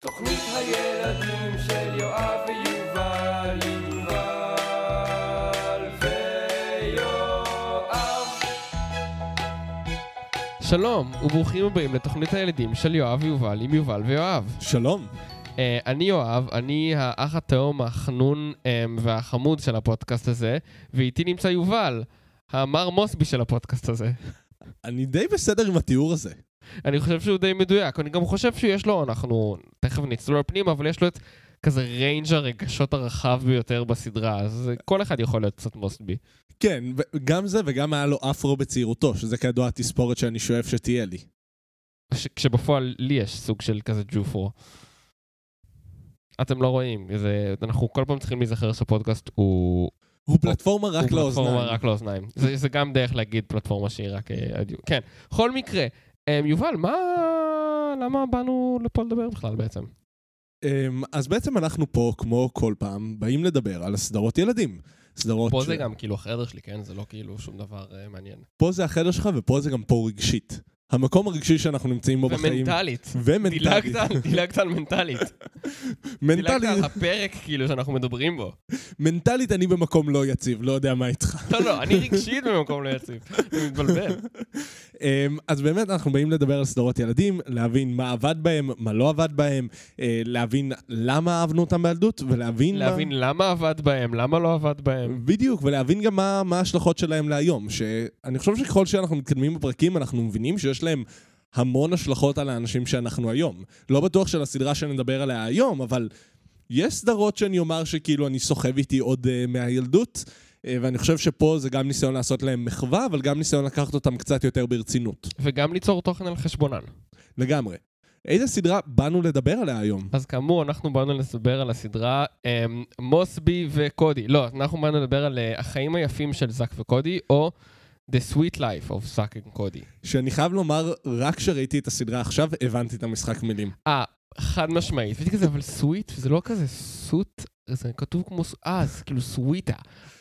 תוכנית הילדים של יואב ויובל, יובל ויואב. שלום וברוכים הבאים לתוכנית הילדים של יואב ויובל עם יובל ויואב. שלום. אני יואב, אני האח התאום, החנון והחמוד של הפודקאסט הזה, ואיתי נמצא יובל, המר מוסבי של הפודקאסט הזה. אני די בסדר עם התיאור הזה. אני חושב שהוא די מדויק, אני גם חושב שיש לו, אנחנו תכף נצלול פנים, אבל יש לו את כזה ריינג' הרגשות הרחב ביותר בסדרה, אז כל אחד יכול להיות קצת מוסבי. כן, גם זה וגם היה לו אפרו בצעירותו, שזה כידוע התספורת שאני שואף שתהיה לי. כשבפועל לי יש סוג של כזה ג'ופרו. אתם לא רואים, אנחנו כל פעם צריכים להיזכר שהפודקאסט הוא פלטפורמה רק לאוזניים. הוא פלטפורמה רק לאוזניים. זה גם דרך להגיד פלטפורמה שהיא רק... כן, בכל מקרה, יובל, למה באנו לפה לדבר בכלל בעצם? אז בעצם אנחנו פה, כמו כל פעם, באים לדבר על הסדרות ילדים. פה זה גם כאילו החדר שלי, כן? זה לא כאילו שום דבר מעניין. פה זה החדר שלך ופה זה גם פה רגשית. המקום הרגשי שאנחנו נמצאים בו בחיים. ומנטלית. דילגת על מנטלית. דילגת על הפרק כאילו שאנחנו מדברים בו. מנטלית אני במקום לא יציב, לא יודע מה איתך. לא, אני רגשית במקום לא יציב. אני מתבלבל. אז באמת אנחנו באים לדבר על סדרות ילדים, להבין מה עבד בהם, מה לא עבד בהם, להבין למה אהבנו אותם בילדות, ולהבין למה עבד בהם, למה לא עבד בהם. בדיוק, ולהבין גם מה ההשלכות שלהם להיום. שאני חושב שככל שאנחנו מתקדמים בפרקים, אנחנו מבינים שיש להם המון השלכות על האנשים שאנחנו היום. לא בטוח של הסדרה שנדבר עליה היום, אבל יש סדרות שאני אומר שכאילו אני סוחב איתי עוד מהילדות, ואני חושב שפה זה גם ניסיון לעשות להם מחווה, אבל גם ניסיון לקחת אותם קצת יותר ברצינות. וגם ליצור תוכן על חשבונן. לגמרי. איזה סדרה באנו לדבר עליה היום? אז כאמור, אנחנו באנו לדבר על הסדרה מוסבי וקודי. לא, אנחנו באנו לדבר על החיים היפים של זק וקודי, או The Sweet Life of זק וקודי. שאני חייב לומר, רק שראיתי את הסדרה עכשיו, הבנתי את המשחק מילים. חד משמעית. ויש כזה, אבל סוויט, זה לא כזה סוט, זה כתוב כמו, זה כאילו סוויטה.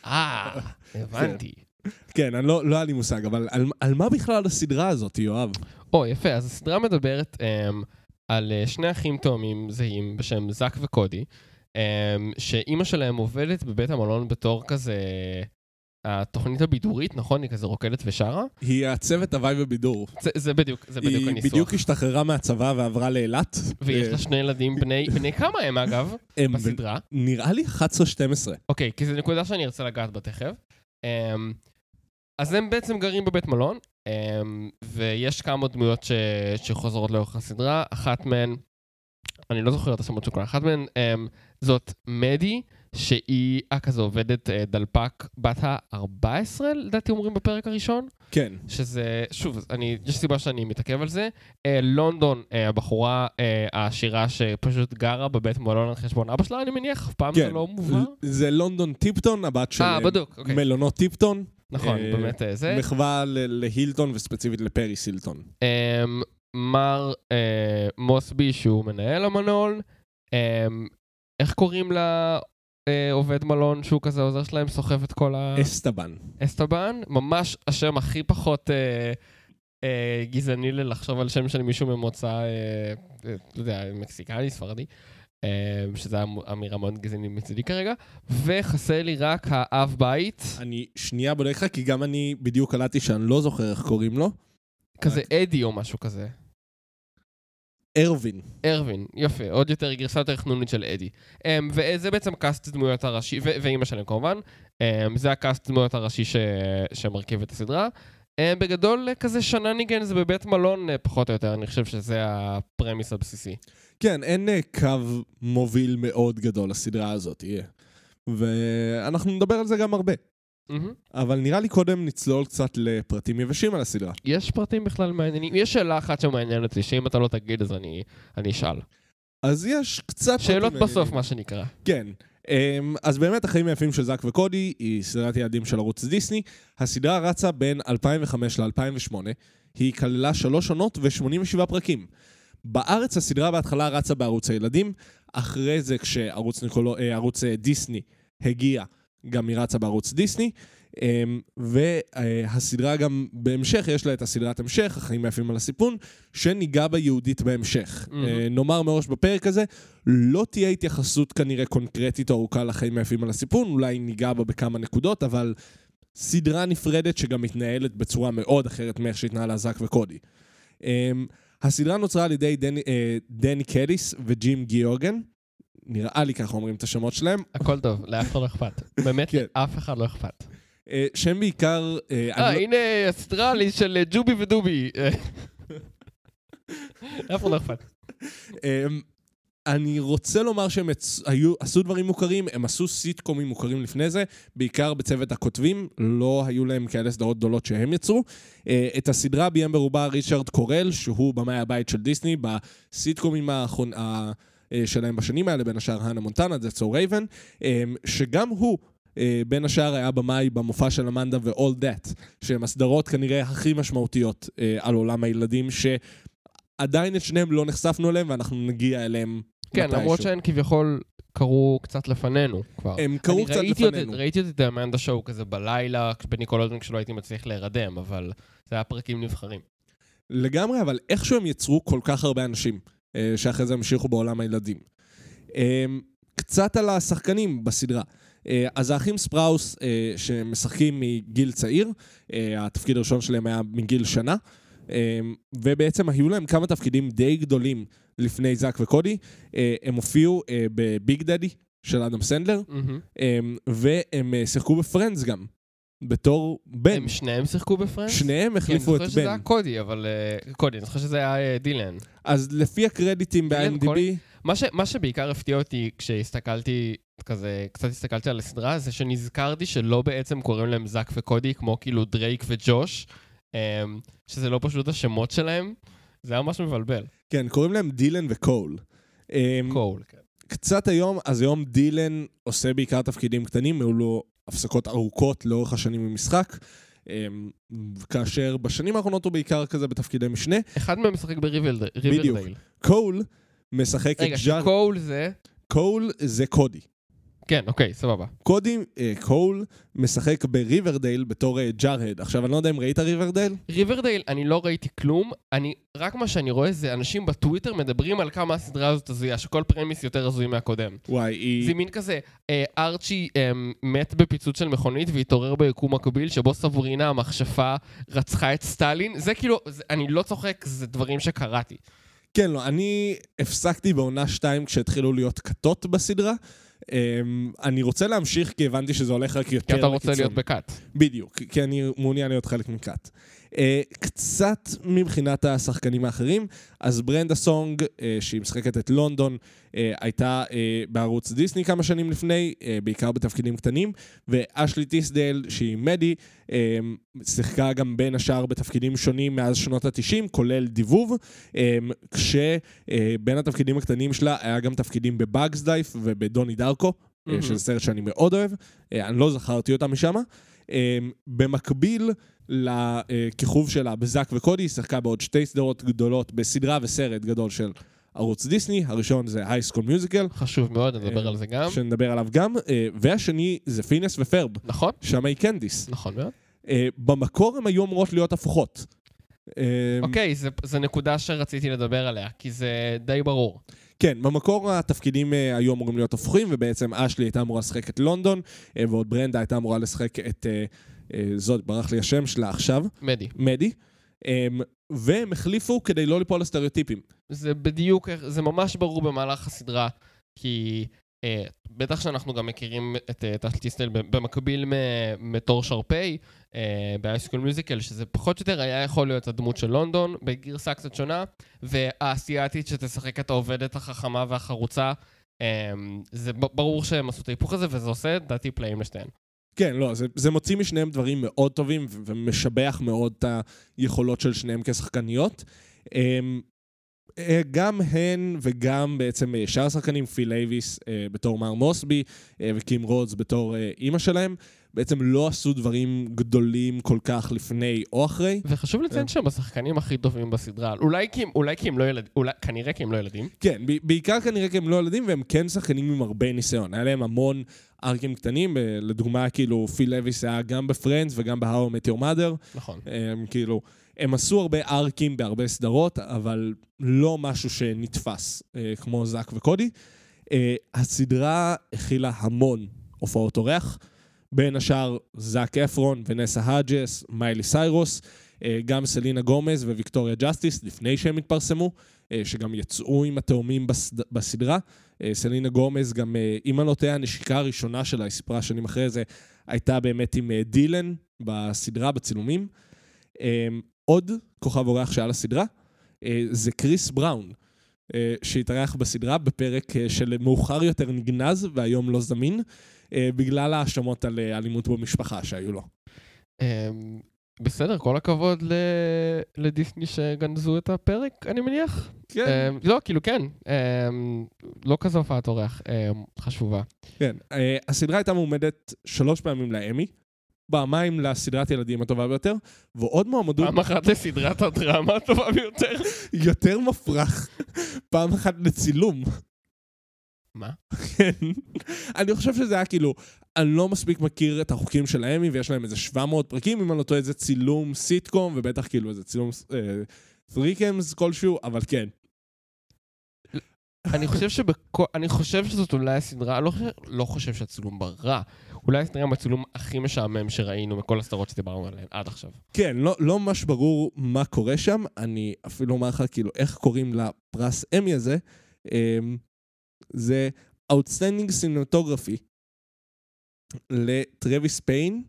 הבנתי. כן, לא היה לי מושג, אבל על מה בכלל הסדרה הזאת, יואב? יפה, אז הסדרה מדברת על שני אחים תאומים זהים בשם זק וקודי, שאימא שלהם עובדת בבית המלון בתור כזה... התוכנית הבידורית, נכון? היא כזה רוקדת ושרה? היא הצוות הוואי ובידור. זה בדיוק הניסוח. היא בדיוק השתחררה מהצבא ועברה לאילת. ויש לה שני ילדים, בני כמה הם אגב, בסדרה? נראה לי 11-12. אוקיי, כי זו נקודה שאני ארצה לגעת בה תכף. אז הם בעצם גרים בבית מלון, ויש כמה דמויות שחוזרות לאורך הסדרה. אחת מהן, אני לא זוכר את השמות של כולה, אחת מהן זאת מדי, שהיא כזו עובדת דלפק בת ה-14, לדעתי אומרים בפרק הראשון. כן. שזה, שוב, יש סיבה שאני מתעכב על זה. לונדון, הבחורה העשירה שפשוט גרה בבית מלון על חשבון אבא שלה, אני מניח, אף פעם זה לא מובן. זה לונדון טיפטון, הבת של מלונות טיפטון. נכון, באמת זה. מחווה להילטון וספציפית לפריס הילטון. מר מוסבי, שהוא מנהל המלון, איך קוראים לה עובד מלון שהוא כזה עוזר שלהם, סוחב את כל אסטבן. אסטבן, ממש השם הכי פחות גזעני לחשוב על שם של מישהו ממוצא, לא יודע, מקסיקני, ספרדי, שזה אמירה מאוד גזעני מצידי כרגע, וחסר לי רק האב בית. אני שנייה בודק לך, כי גם אני בדיוק קלטתי שאני לא זוכר איך קוראים לו. כזה אדי או משהו כזה. ארווין, יפה, עוד יותר גרסה יותר חנונית של אדי. וזה בעצם קאסט דמויות הראשי, ואימא שלהם כמובן, זה הקאסט דמויות הראשי שמרכיב את הסדרה. בגדול כזה שנניגן זה בבית מלון פחות או יותר, אני חושב שזה הפרמיס הבסיסי. כן, אין קו מוביל מאוד גדול לסדרה הזאת, יהיה. ואנחנו נדבר על זה גם הרבה. אבל נראה לי קודם נצלול קצת לפרטים יבשים על הסדרה. יש פרטים בכלל מעניינים? יש שאלה אחת שמעניינת אותי, שאם אתה לא תגיד אז אני אשאל. אז יש קצת... שאלות בסוף, מה שנקרא. כן. אז באמת החיים היפים של זק וקודי היא סדרת ילדים של ערוץ דיסני. הסדרה רצה בין 2005 ל-2008. היא כללה 3 עונות ו-87 פרקים. בארץ הסדרה בהתחלה רצה בערוץ הילדים. אחרי זה כשערוץ דיסני הגיע, גם היא רצה בערוץ דיסני. והסדרה גם בהמשך, יש לה את הסדרת המשך, החיים היפים על הסיפון, שניגע בה יהודית בהמשך. נאמר מראש בפרק הזה, לא תהיה התייחסות כנראה קונקרטית או ארוכה לחיים היפים על הסיפון, אולי ניגע בה בכמה נקודות, אבל סדרה נפרדת שגם מתנהלת בצורה מאוד אחרת מאיך שהתנהלה זאק וקודי. הסדרה נוצרה על ידי דני קדיס וג'ים גיוגן, נראה לי ככה אומרים את השמות שלהם. הכל טוב, לאף אחד לא אכפת. באמת, לאף אחד לא אכפת. שם בעיקר... הנה הסדרה לי של ג'ובי ודובי. לאף אחד לא אכפת. אני רוצה לומר שהם עשו דברים מוכרים, הם עשו סיטקומים מוכרים לפני זה, בעיקר בצוות הכותבים, לא היו להם כאלה סדרות גדולות שהם יצרו. את הסדרה ביים ברובה ריצ'רד קורל, שהוא במאי הבית של דיסני, בסיטקומים שלהם בשנים האלה, בין השאר הנה מונטנה, That's So Raven, שגם הוא בין השאר היה במאי במופע של אמנדה ו-All That, שהם הסדרות כנראה הכי משמעותיות על עולם הילדים, שעדיין את שניהם לא נחשפנו אליהם, ואנחנו נגיע אליהם כן, למרות שהן כביכול קראו קצת לפנינו כבר. הם קראו קצת לפנינו. ראיתי את אמנדה שואו כזה בלילה, בניקולודיון כשלא הייתי מצליח להירדם, אבל זה היה פרקים נבחרים. לגמרי, אבל איכשהו הם יצרו כל כך הרבה אנשים, שאחרי זה המשיכו בעולם הילדים. קצת על השחקנים בסדרה. אז האחים ספראוס שמשחקים מגיל צעיר, התפקיד הראשון שלהם היה מגיל שנה, ובעצם היו להם כמה תפקידים די גדולים לפני זאק וקודי. הם הופיעו בביג דדי של אדם סנדלר, והם שיחקו בפרנדס גם, בתור בן. הם שניהם שיחקו בפרנדס? שניהם החליפו את בן. אני זוכר שזה היה קודי, אבל קודי, אני זוכר שזה היה דילן. אז לפי הקרדיטים ב-IMDb... מה שבעיקר הפתיע אותי כשהסתכלתי כזה, קצת הסתכלתי על הסדרה, זה שנזכרתי שלא בעצם קוראים להם זאק וקודי, כמו כאילו דרייק וג'וש, שזה לא פשוט השמות שלהם, זה היה ממש מבלבל. כן, קוראים להם דילן וקול. קול, כן. קצת היום, אז היום דילן עושה בעיקר תפקידים קטנים, היו לו הפסקות ארוכות לאורך השנים במשחק, כאשר בשנים האחרונות הוא בעיקר כזה בתפקידי משנה. אחד מהם משחק בריברדייל. בדיוק. קול משחק את רגע, שקול זה? קול זה קודי. כן, אוקיי, סבבה. קול משחק בריברדייל בתור ג'ארד. עכשיו, אני לא יודע אם ראית ריברדייל? ריברדייל, אני לא ראיתי כלום. רק מה שאני רואה זה אנשים בטוויטר מדברים על כמה הסדרה הזאת הזויה, שכל פרמיס יותר הזוי מהקודם. וואי, זה מין כזה, ארצ'י מת בפיצוץ של מכונית והתעורר ביקום מקביל, שבו סבורינה המכשפה רצחה את סטלין. זה כאילו, אני לא צוחק, זה דברים שקראתי. כן, לא, אני הפסקתי בעונה 2 כשהתחילו להיות קטות בסדרה. אני רוצה להמשיך כי הבנתי שזה הולך רק יותר... כי אתה רוצה להיות בקאט. בדיוק, כי אני מעוניין להיות חלק מקאט. קצת מבחינת השחקנים האחרים, אז ברנדה סונג, שהיא משחקת את לונדון, הייתה בערוץ דיסני כמה שנים לפני, בעיקר בתפקידים קטנים, ואשלי טיסדייל, שהיא מדי, שיחקה גם בין השאר בתפקידים שונים מאז שנות ה-90, כולל דיבוב, כשבין התפקידים הקטנים שלה היה גם תפקידים בבאגס דייף ובדוני דרקו, שזה סרט שאני מאוד אוהב, אני לא זכרתי אותה משם. במקביל לכיכוב שלה בזאק וקודי, היא שיחקה בעוד 2 סדרות גדולות בסדרה וסרט גדול של ערוץ דיסני. הראשון זה High School Musical. חשוב מאוד, נדבר על זה גם. שנדבר עליו גם. והשני זה פינס ופרב. נכון. שם היא קנדיס. נכון מאוד. במקור הם היו אמורות להיות הפוכות. אוקיי, זו נקודה שרציתי לדבר עליה, כי זה די ברור. כן, במקור התפקידים היו אמורים להיות הפוכים, ובעצם אשלי הייתה אמורה לשחק את לונדון, ועוד ברנדה הייתה אמורה לשחק את... זאת, ברח לי השם שלה עכשיו. מדי. והם החליפו כדי לא ליפול לסטריאוטיפים. זה בדיוק, זה ממש ברור במהלך הסדרה, כי בטח שאנחנו גם מכירים את אשלי טיסדייל במקביל מתור שרפי, ב-High School Musical, שזה פחות או יותר היה יכול להיות הדמות של לונדון, בגרסה קצת שונה, והאסייתית שתשחק את העובדת החכמה והחרוצה, זה ברור שהם עשו את ההיפוך הזה, וזה עושה דעתי פלאים לשתיהן. כן, לא, זה מוציא משניהם דברים מאוד טובים, ומשבח מאוד את היכולות של שניהם כשחקניות. גם הן וגם בעצם שאר השחקנים, פיל אייביס בתור מר מוסבי, וקים רודס בתור אימא שלהם, בעצם לא עשו דברים גדולים כל כך לפני או אחרי. וחשוב לציין שהם השחקנים הכי טובים בסדרה. אולי כי הם לא ילדים, כנראה כי הם לא ילדים. כן, בעיקר כנראה כי הם לא ילדים, והם כן שחקנים עם הרבה ניסיון. היה להם המון ארקים קטנים, לדוגמה, כאילו, פיל לויס היה גם בפרנדס וגם ב-How I Met Your Mother. נכון. כאילו, הם עשו הרבה ארקים בהרבה סדרות, אבל לא משהו שנתפס, כמו זאק וקודי. הסדרה הכילה המון הופעות אורח, בין השאר זאק אפרון ונסה האג'ס, מיילי סיירוס, גם סלינה גומז וויקטוריה ג'סטיס, לפני שהם התפרסמו, שגם יצאו עם התאומים בסדרה. סלינה גומז גם, אם אני לא טועה, הנשיקה הראשונה שלה, היא סיפרה שנים אחרי זה, הייתה באמת עם דילן בסדרה, בצילומים. עוד כוכב אורח שהיה לסדרה, זה קריס בראון, שהתארח בסדרה בפרק של מאוחר יותר נגנז והיום לא זמין, בגלל האשמות על אלימות במשפחה שהיו לו. בסדר, כל הכבוד לדיסני שגנזו את הפרק, אני מניח. כן. לא, כאילו כן. לא כזו הופעת אורח חשובה. כן. הסדרה הייתה מועמדת 3 פעמים לאמי, פעמיים לסדרת ילדים הטובה ביותר, ועוד מועמדות... פעם אחת לסדרת הדרמה הטובה ביותר. יותר מפרח. פעם אחת לצילום. מה? כן. אני חושב שזה היה כאילו, אני לא מספיק מכיר את החוקים של האמי, ויש להם איזה 700 פרקים, אם אני לא טועה איזה צילום סיטקום, ובטח כאילו איזה צילום פריקמס כלשהו, אבל כן. אני חושב שזאת אולי הסדרה, לא חושב שהצילום ברע, אולי הסדרה עם הצילום הכי משעמם שראינו מכל הסדרות שדיברנו עליהן עד עכשיו. כן, לא ממש ברור מה קורה שם, אני אפילו אומר לך כאילו איך קוראים לפרס אמי הזה, זה Outstanding Cinematography לטרוויס פיין,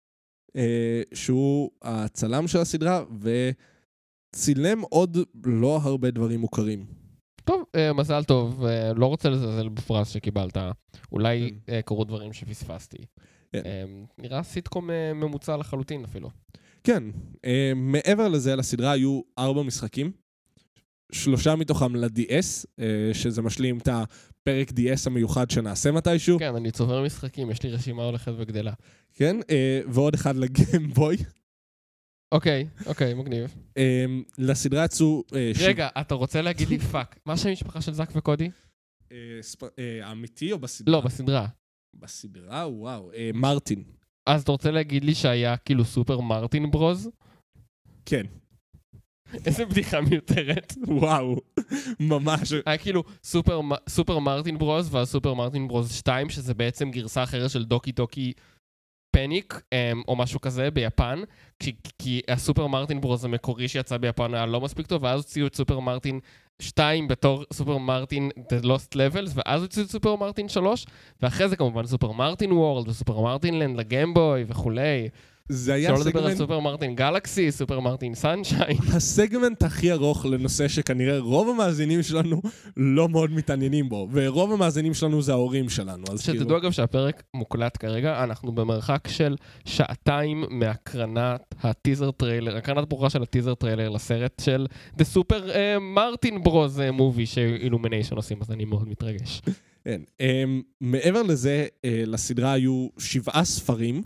שהוא הצלם של הסדרה, וצילם עוד לא הרבה דברים מוכרים. טוב, מזל טוב, לא רוצה לזלזל בפרס שקיבלת, אולי קורו דברים שפספסתי. נראה סיטקום ממוצע לחלוטין אפילו. כן, מעבר לזה לסדרה היו 4 משחקים, 3 מתוכם ל-DS, שזה משלים את הפרק DS המיוחד שנעשה מתישהו. כן, אני צובר משחקים, יש לי רשימה הולכת וגדלה. כן, ועוד אחד לגיימבוי. אוקיי, מגניב. לסדרה יצאו... רגע, אתה רוצה להגיד לי פאק, מה שם המשפחה של זאק וקודי? אמיתי או בסדרה? לא, בסדרה. בסדרה, וואו, מרטין. אז אתה רוצה להגיד לי שהיה כאילו סופר מרטין ברוז? כן. איזה בדיחה מיותרת. וואו, ממש. היה כאילו סופר מרטין ברוז והסופר מרטין ברוז 2, שזה בעצם גרסה אחרת של דוקי דוקי פניק, או משהו כזה ביפן, כי הסופר מרטין ברוז המקורי שיצא ביפן היה לא מספיק טוב, ואז הוציאו את סופר מרטין 2 בתור סופר מרטין The Lost Levels, ואז הוציאו את סופר מרטין 3, ואחרי זה כמובן סופר מרטין וורלד וסופר מרטין לנד לגיימבוי וכולי. זה היה שלא לדבר על סופר מרטין גלקסי, סופר מרטין סנשיין. הסגמנט הכי ארוך לנושא שכנראה רוב המאזינים שלנו לא מאוד מתעניינים בו, ורוב המאזינים שלנו זה ההורים שלנו. שתדעו אגב שהפרק מוקלט כרגע, אנחנו במרחק של 2 מהקרנת הטיזר טריילר, הקרנת ברוכה של הטיזר טריילר לסרט של The Super Martin Bros. Movie שאילומיניישן עושים, אז אני מאוד מתרגש. כן, מעבר לזה, לסדרה היו 7 ספרים,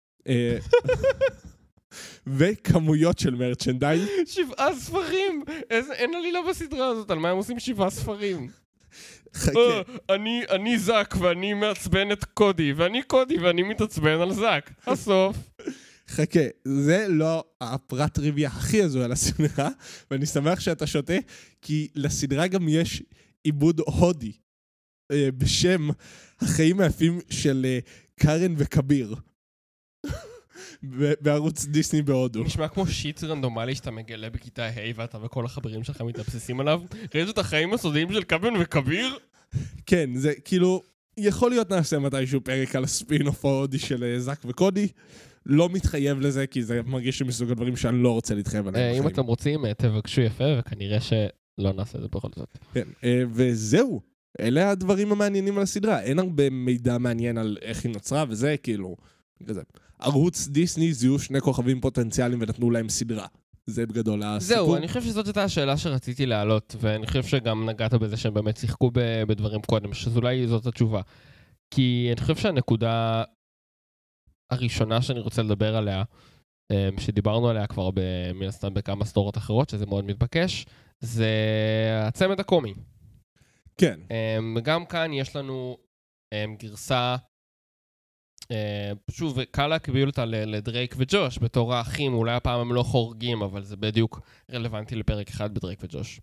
וכמויות של מרצ'נדייז. 7 ספרים! אין עלילה בסדרה הזאת, על מה הם עושים 7 ספרים? חכה. אני זאק ואני מעצבן את קודי, ואני קודי ואני מתעצבן על זאק. הסוף. חכה, זה לא הפרט טריוויה הכי הזו על הסדרה, ואני שמח שאתה שותה, כי לסדרה גם יש עיבוד הודי, בשם החיים היפים של קארן וקביר. בערוץ דיסני בהודו. נשמע כמו שיט רנדומלי שאתה מגלה בכיתה ה' ואתה וכל החברים שלך מתאבססים עליו. ראית את החיים הסודיים של קארן וקביר? כן, זה כאילו, יכול להיות נעשה מתישהו פרק על הספין-אוף ההודי של זאק וקודי. לא מתחייב לזה, כי זה מרגיש שמסוג הדברים שאני לא רוצה להתחייב עליהם. אם אתם רוצים, תבקשו יפה, וכנראה שלא נעשה את זה בכל זאת. כן, וזהו. אלה הדברים המעניינים על הסדרה. אין הרבה מידע מעניין על איך היא נוצרה, וזה כאילו... ערוץ דיסני זיהו 2 כוכבים פוטנציאליים ונתנו להם סדרה. זה בגדול הסיפור. זהו, אני חושב שזאת הייתה השאלה שרציתי להעלות, ואני חושב שגם נגעת בזה שהם באמת שיחקו בדברים קודם, שאז אולי זאת התשובה. כי אני חושב שהנקודה הראשונה שאני רוצה לדבר עליה, שדיברנו עליה כבר מן הסתם בכמה סדרות אחרות, שזה מאוד מתבקש, זה הצמד הקומי. כן. גם כאן יש לנו גרסה, שוב, קל להקביל אותה לדרייק וג'וש, בתור האחים, אולי הפעם הם לא חורגים, אבל זה בדיוק רלוונטי לפרק אחד בדרייק וג'וש.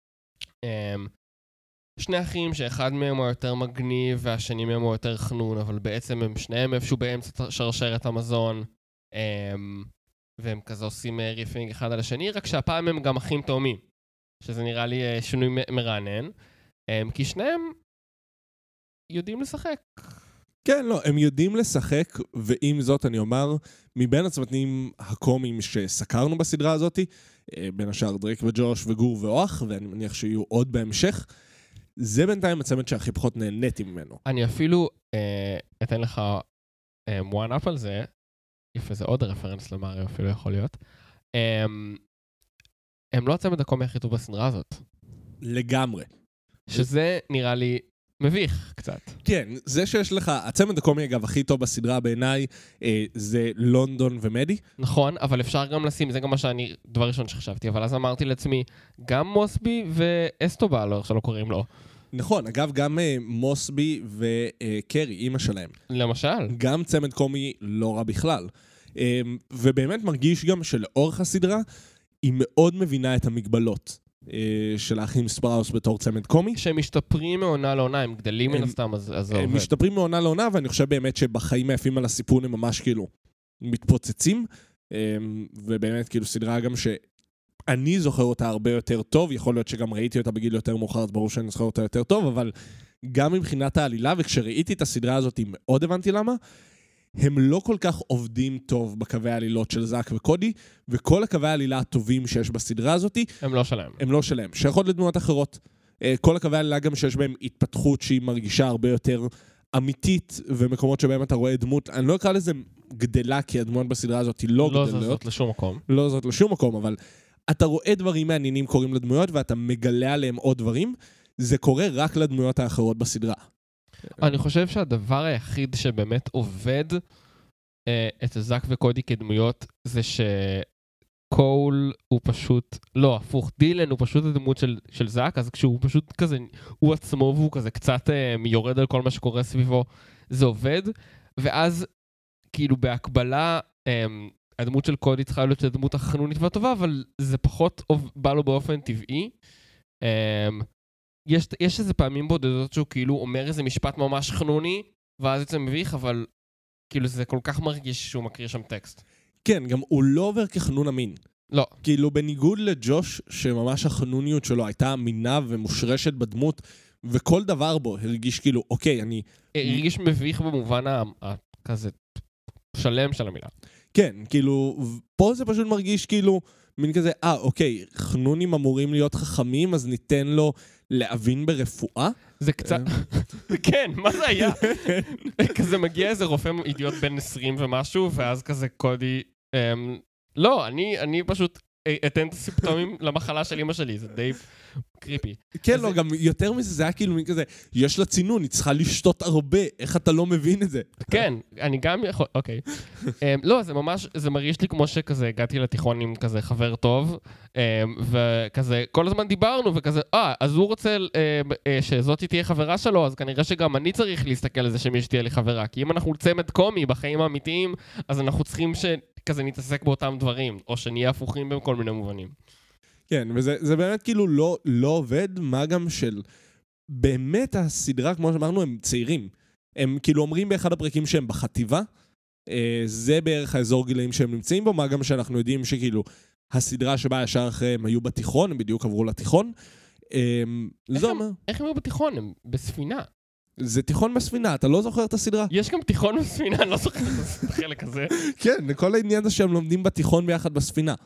שני אחים שאחד מהם הוא יותר מגניב והשני מהם הוא יותר חנון, אבל בעצם הם שניהם איפשהו באמצע שרשרת המזון, והם כזה עושים ריפינג אחד על השני, רק שהפעם הם גם אחים תאומים, שזה נראה לי שינוי מרענן, כי שניהם יודעים לשחק. כן, לא, הם יודעים לשחק, ועם זאת אני אומר, מבין הצוותים הקומיים שסקרנו בסדרה הזאת, בין השאר דרייק וג'וש וגור ואוח, ואני מניח שיהיו עוד בהמשך, זה בינתיים הצמד שהכי פחות נהניתי ממנו. אני אפילו אתן לך one up על זה, יפה, זה עוד רפרנס למריו אפילו יכול להיות. הם לא הצמד הקומי הכי טוב בסדרה הזאת. לגמרי. שזה נראה לי מביך קצת. כן, זה שיש לך, הצמד הקומי אגב הכי טוב בסדרה בעיניי, זה לונדון ומדי. נכון, אבל אפשר גם לשים, זה גם מה שאני, דבר ראשון שחשבתי, אבל אז אמרתי לעצמי, גם מוסבי ואסטובל, או איך שלא קוראים לו. נכון, אגב גם מוסבי וקרי, אמא שלהם. למשל. גם צמד קומי לא רע בכלל. ובאמת מרגיש גם שלאורך הסדרה, היא מאוד מבינה את המגבלות של האחים ספראוס בתור צמד קומי. שהם משתפרים מעונה לעונה, הם גדלים מן הסתם, אז זה עובד. הם משתפרים מעונה לעונה, ואני חושב באמת שבחיים היפים על הסיפון הם ממש כאילו מתפוצצים, ובאמת כאילו סדרה גם שאני זוכר אותה הרבה יותר טוב, יכול להיות שגם ראיתי אותה בגיל יותר מאוחר, אז ברור שאני זוכר אותה יותר טוב, אבל גם מבחינת העלילה, וכשראיתי את הסדרה הזאת מאוד הבנתי למה, הם לא כל כך עובדים טוב בקווי העלילות של זאק וקודי, וכל הקווי העלילה הטובים שיש בסדרה הזאת, הם לא שלהם. הם לא שלהם. שייכות לדמויות אחרות. כל הקווי העלילה גם שיש בהם התפתחות שהיא מרגישה הרבה יותר אמיתית, ומקומות שבהם אתה רואה דמות, אני לא אקרא לזה גדלה, כי הדמות בסדרה הזאת היא לא גדלות. לא זאת לשום מקום. לא זאת לשום מקום, אבל אתה רואה דברים מעניינים קורים לדמויות, ואתה מגלה עליהם עוד דברים. זה קורה רק לדמויות האחרות בסדרה. אני חושב שהדבר היחיד שבאמת עובד את זאק וקודי כדמויות, זה שקול הוא פשוט, לא, הפוך, דילן הוא פשוט הדמות של זאק, אז כשהוא פשוט כזה, הוא עצמו והוא כזה קצת יורד על כל מה שקורה סביבו, זה עובד, ואז כאילו בהקבלה, הדמות של קודי צריכה להיות הדמות החנונית והטובה, אבל זה פחות בא לו באופן טבעי. יש איזה פעמים בודדות שהוא כאילו אומר איזה משפט ממש חנוני, ואז יוצא מביך, אבל כאילו זה כל כך מרגיש שהוא מקריא שם טקסט. כן, גם הוא לא עובר כחנון אמין. לא. כאילו בניגוד לג'וש, שממש החנוניות שלו הייתה אמינה ומושרשת בדמות, וכל דבר בו הרגיש כאילו, אוקיי, אני... הרגיש מביך במובן כזה שלם של המילה. כן, כאילו, פה זה פשוט מרגיש כאילו, מין כזה, אוקיי, חנונים אמורים להיות חכמים, אז ניתן לו להבין ברפואה? זה קצת... כן, מה זה היה? כזה מגיע איזה רופא אידיוט בן 20 ומשהו, ואז כזה קודי... לא, אני פשוט אתן את הסימפטומים למחלה של אמא שלי, זה די קריפי. כן, לא, גם יותר מזה, זה היה כאילו מין כזה, יש לה צינון, היא צריכה לשתות הרבה, איך אתה לא מבין את זה? כן, אני גם יכול, אוקיי. לא, זה ממש, זה מרגיש לי כמו שכזה, הגעתי לתיכון עם כזה חבר טוב, וכזה, כל הזמן דיברנו, וכזה, אז הוא רוצה שזאת תהיה חברה שלו, אז כנראה שגם אני צריך להסתכל על זה שמי שתהיה לי חברה, כי אם אנחנו צמד קומי בחיים האמיתיים, אז אנחנו צריכים שכזה נתעסק באותם דברים, או שנהיה הפוכים בכל מיני מובנים. כן, וזה באמת כאילו לא עובד, מה גם של... באמת הסדרה, כמו שאמרנו, הם צעירים. הם כאילו אומרים באחד הפרקים שהם בחטיבה, זה בערך האזור גילאים שהם נמצאים בו, מה גם שאנחנו יודעים שכאילו הסדרה שבה ישר אחרי הם היו בתיכון, הם בדיוק עברו לתיכון. איך הם היו בתיכון? הם בספינה. זה תיכון בספינה, אתה לא זוכר את הסדרה? יש גם תיכון בספינה, אני לא זוכר את החלק הזה. כן, כל העניין זה שהם לומדים בתיכון ביחד בספינה.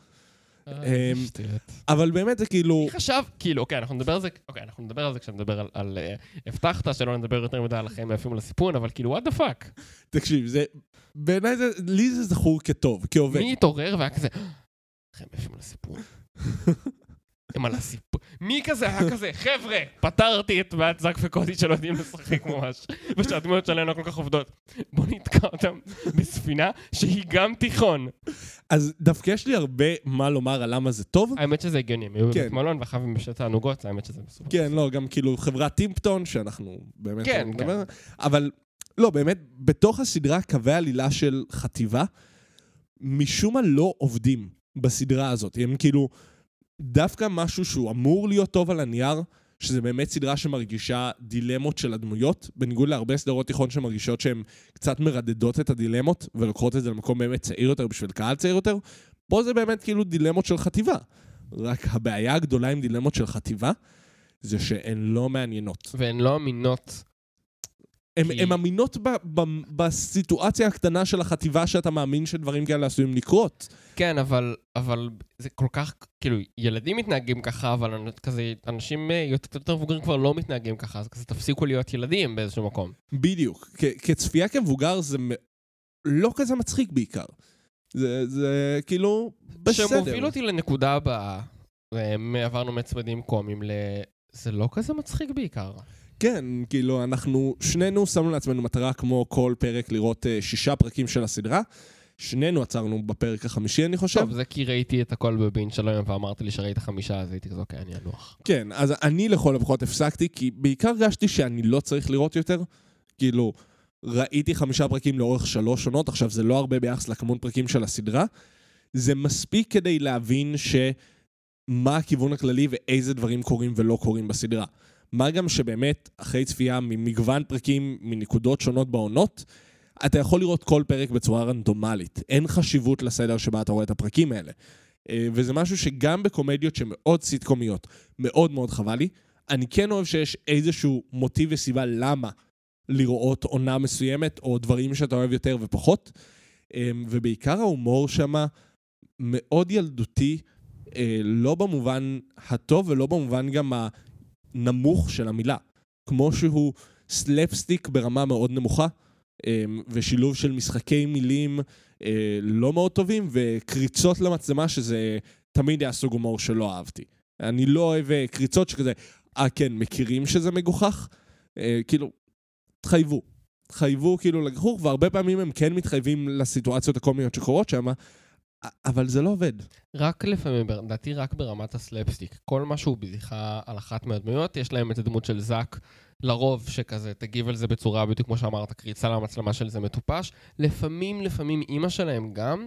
אבל באמת זה כאילו... אני חשב, כאילו, אוקיי, אנחנו נדבר על זה כשנדבר על... הבטחת שלא נדבר יותר מדי על החיים היפים לסיפון, אבל כאילו, what the fuck? תקשיב, זה... בעיניי זה... לי זה זכור כטוב, כעובד. מי התעורר והיה כזה... חיים היפים לסיפון. הם על הסיפור. מי כזה היה כזה? חבר'ה, פתרתי את בעיית זק וקודי שלא יודעים לשחק ממש. ושהדמויות שלהם לא כל כך עובדות. בוא נתקע אותם בספינה שהיא גם תיכון. אז דווקא יש לי הרבה מה לומר על למה זה טוב. האמת שזה הגיוני, הם היו בבית מלון ואחר עם בשת הענוגות, האמת שזה מסובך. כן, לא, גם כאילו חברת טימפטון, שאנחנו באמת... כן, כן. אבל לא, באמת, בתוך הסדרה קווי עלילה של חטיבה, משום מה לא עובדים בסדרה הזאת. הם כאילו, דווקא משהו שהוא אמור להיות טוב על הנייר, שזה באמת סדרה שמרגישה דילמות של הדמויות, בניגוד להרבה סדרות תיכון שמרגישות שהן קצת מרדדות את הדילמות, ולוקחות את זה למקום באמת צעיר יותר בשביל קהל צעיר יותר. פה זה באמת כאילו דילמות של חטיבה. רק הבעיה הגדולה עם דילמות של חטיבה, זה שהן לא מעניינות. והן לא אמינות. הן אמינות בסיטואציה הקטנה של החטיבה שאתה מאמין שדברים כאלה עשויים לקרות. כן, אבל זה כל כך, כאילו, ילדים מתנהגים ככה, אבל כזה, אנשים יותר מבוגרים כבר לא מתנהגים ככה, אז כזה תפסיקו להיות ילדים באיזשהו מקום. בדיוק. כצפייה כמבוגר זה לא כזה מצחיק בעיקר. זה כאילו בסדר. שמוביל אותי לנקודה הבאה, עברנו מצמדים קומיים זה לא כזה מצחיק בעיקר. כן, כאילו, אנחנו שנינו שמנו לעצמנו מטרה כמו כל פרק לראות 6 פרקים של הסדרה. שנינו עצרנו בפרק ה5, אני חושב. טוב, זה כי ראיתי את הכל בבין שלום, ואמרת לי שראית 5, אז הייתי כזה, אוקיי, אני אנוח. כן, אז אני לכל הפחות הפסקתי, כי בעיקר הרגשתי שאני לא צריך לראות יותר. כאילו, ראיתי 5 פרקים לאורך 3 עונות, עכשיו זה לא הרבה ביחס לכמות פרקים של הסדרה. זה מספיק כדי להבין מה הכיוון הכללי ואיזה דברים קורים ולא קורים בסדרה. מה גם שבאמת, אחרי צפייה ממגוון פרקים מנקודות שונות בעונות, אתה יכול לראות כל פרק בצורה רנדומלית. אין חשיבות לסדר שבה אתה רואה את הפרקים האלה. וזה משהו שגם בקומדיות שמאוד סיטקומיות, מאוד מאוד חבל לי, אני כן אוהב שיש איזשהו מוטיב וסיבה למה לראות עונה מסוימת, או דברים שאתה אוהב יותר ופחות. ובעיקר ההומור שמה מאוד ילדותי, לא במובן הטוב ולא במובן גם הנמוך של המילה. כמו שהוא סלפסטיק ברמה מאוד נמוכה, ושילוב של משחקי מילים לא מאוד טובים, וקריצות למצלמה שזה תמיד היה סוג הומור שלא אהבתי. אני לא אוהב קריצות שכזה, כן, מכירים שזה מגוחך? כאילו, תחייבו כאילו לגחוך, והרבה פעמים הם כן מתחייבים לסיטואציות הקומיות שקורות שם, אבל זה לא עובד. רק לפעמים, דעתי רק ברמת הסלפסטיק. כל משהו בדיחה על אחת מהדמויות, יש להם את הדמות של זק, לרוב שכזה תגיב על זה בצורה בדיוק כמו שאמרת, קריצה למצלמה של זה מטופש. לפעמים אמא שלהם גם.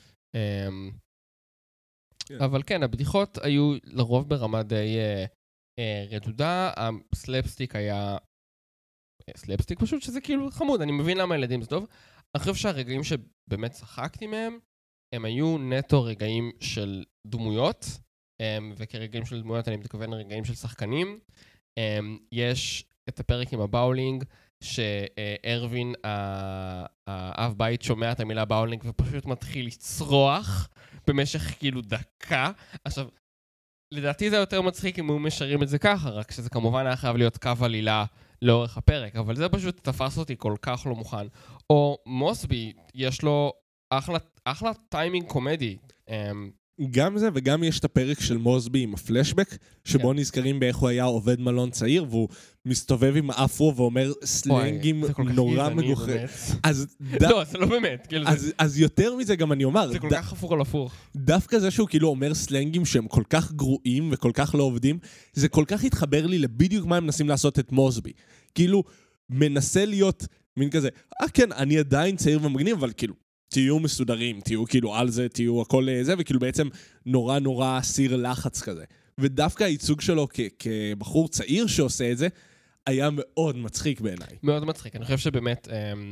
אבל כן, הבדיחות היו לרוב ברמה די רדודה. הסלפסטיק היה סלפסטיק פשוט שזה כאילו חמוד. אני מבין למה ילדים זה טוב. אני חושב שהרגעים שבאמת צחקתי מהם, הם היו נטו רגעים של דמויות, וכרגעים של דמויות אני מתכוון רגעים של שחקנים. יש את הפרק עם הבאולינג, שארווין, האב בית, שומע את המילה באולינג ופשוט מתחיל לצרוח במשך כאילו דקה. עכשיו, לדעתי זה יותר מצחיק אם הוא משרים את זה ככה, רק שזה כמובן היה חייב להיות קו עלילה לאורך הפרק, אבל זה פשוט תפס אותי כל כך לא מוכן. או מוסבי, יש לו אחלה טיימינג קומדי. גם זה, וגם יש את הפרק של מוסבי עם הפלשבק, שבו נזכרים באיך הוא היה עובד מלון צעיר, והוא מסתובב עם האפרו ואומר סלנגים נורא מגוחכים. לא, זה לא באמת. אז יותר מזה גם אני אומר. זה כל כך הפוך על הפוך. דווקא זה שהוא כאילו אומר סלנגים שהם כל כך גרועים וכל כך לא עובדים, זה כל כך התחבר לי לבדיוק מה הם מנסים לעשות את מוסבי. כאילו, מנסה להיות מין כזה, כן, אני עדיין צעיר ומגניב, אבל כאילו, תהיו מסודרים, תהיו כאילו על זה, תהיו הכל זה, וכאילו בעצם נורא סיר לחץ כזה. ודווקא הייצוג שלו כבחור צעיר שעושה את זה, היה מאוד מצחיק בעיניי. מאוד מצחיק, אני חושב שבאמת,